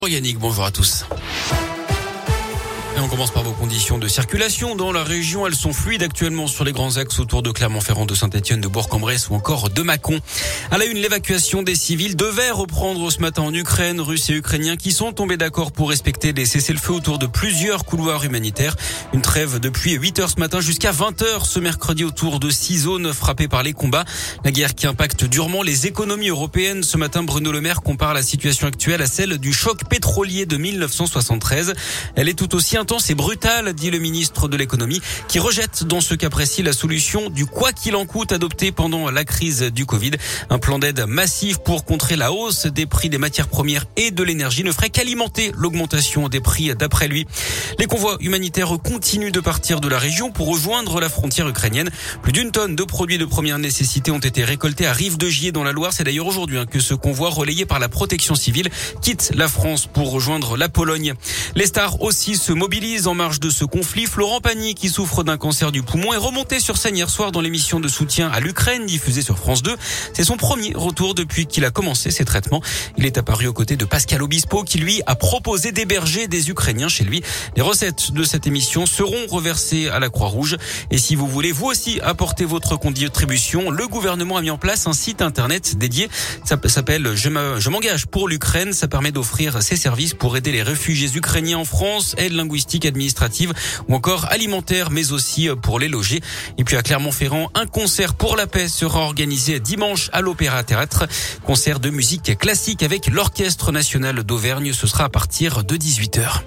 Yannick, bonjour à tous. Et on commence par vos conditions de circulation dans la région. Elles sont fluides actuellement sur les grands axes autour de Clermont-Ferrand, de Saint-Etienne, de Bourg-en-Bresse ou encore de Mâcon. À la une, l'évacuation des civils devait reprendre ce matin en Ukraine. Russes et Ukrainiens qui sont tombés d'accord pour respecter des cessez-le-feu autour de plusieurs couloirs humanitaires. Une trêve depuis 8h ce matin jusqu'à 20h ce mercredi autour de 6 zones frappées par les combats. La guerre qui impacte durement les économies européennes. Ce matin, Bruno Le Maire compare la situation actuelle à celle du choc pétrolier de 1973. Elle est tout aussi intense et brutale, dit le ministre de l'économie, qui rejette dans ce cas précis la solution du quoi qu'il en coûte adopté pendant la crise du Covid. Un plan d'aide massif pour contrer la hausse des prix des matières premières et de l'énergie ne ferait qu'alimenter l'augmentation des prix d'après lui. Les convois humanitaires continuent de partir de la région pour rejoindre la frontière ukrainienne. Plus d'une tonne de produits de première nécessité ont été récoltés à Rive-de-Gier dans la Loire. C'est d'ailleurs aujourd'hui que ce convoi relayé par la protection civile quitte la France pour rejoindre la Pologne. Les stars aussi se mobilisent en marge de ce conflit. Florent Pagny, qui souffre d'un cancer du poumon, est remonté sur scène hier soir dans l'émission de soutien à l'Ukraine diffusée sur France 2. C'est son premier retour depuis qu'il a commencé ses traitements. Il est apparu aux côtés de Pascal Obispo qui lui a proposé d'héberger des Ukrainiens chez lui. Les recettes de cette émission seront reversées à la Croix-Rouge. Et si vous voulez vous aussi apporter votre contribution, le gouvernement a mis en place un site internet dédié. Ça s'appelle Je m'engage pour l'Ukraine. Ça permet d'offrir ses services pour aider les réfugiés ukrainiens en France, aide linguistique, administrative ou encore alimentaire, mais aussi pour les loger. Et puis à Clermont-Ferrand, un concert pour la paix sera organisé dimanche à l'Opéra Théâtre. Concert de musique classique avec l'Orchestre National d'Auvergne. Ce sera à partir de 18h.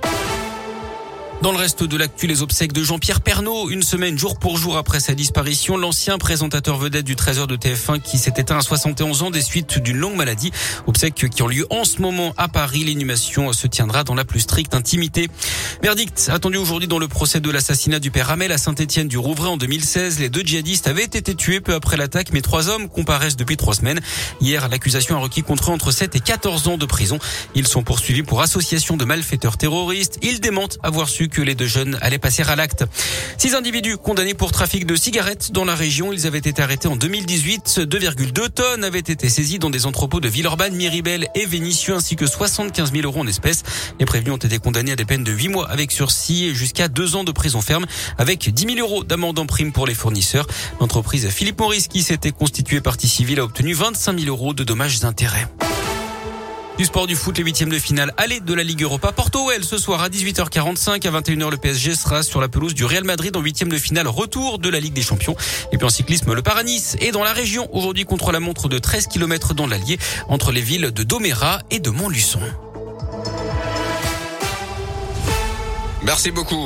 Dans le reste de l'actu, les obsèques de Jean-Pierre Pernaut. Une semaine jour pour jour après sa disparition, l'ancien présentateur vedette du 13h de TF1 qui s'est éteint à 71 ans des suites d'une longue maladie. Obsèques qui ont lieu en ce moment à Paris. L'inhumation se tiendra dans la plus stricte intimité. Verdict attendu aujourd'hui dans le procès de l'assassinat du père Hamel à Saint-Etienne-du-Rouvray en 2016. Les 2 djihadistes avaient été tués peu après l'attaque, mais 3 hommes comparaissent depuis 3 semaines. Hier, l'accusation a requis contre eux entre 7 et 14 ans de prison. Ils sont poursuivis pour association de malfaiteurs terroristes. Ils démentent avoir su que les 2 jeunes allaient passer à l'acte. 6 individus condamnés pour trafic de cigarettes dans la région. Ils avaient été arrêtés en 2018. 2,2 tonnes avaient été saisies dans des entrepôts de Villeurbanne, Miribel et Vénissieux, ainsi que 75 000 € en espèces. Les prévenus ont été condamnés à des peines de 8 mois avec sursis et jusqu'à 2 ans de prison ferme, avec 10 000 € d'amende en prime pour les fournisseurs. L'entreprise Philippe Maurice, qui s'était constituée partie civile, a obtenu 25 000 € de dommages et intérêts. Du sport, du foot, les 8e de finale aller de la Ligue Europa. Porto-OL ce soir à 18h45. À 21h, le PSG sera sur la pelouse du Real Madrid en 8e de finale retour de la Ligue des Champions. Et puis en cyclisme, le Paris-Nice est dans la région aujourd'hui contre la montre de 13 km dans l'Allier entre les villes de Domérat et de Montluçon. Merci beaucoup.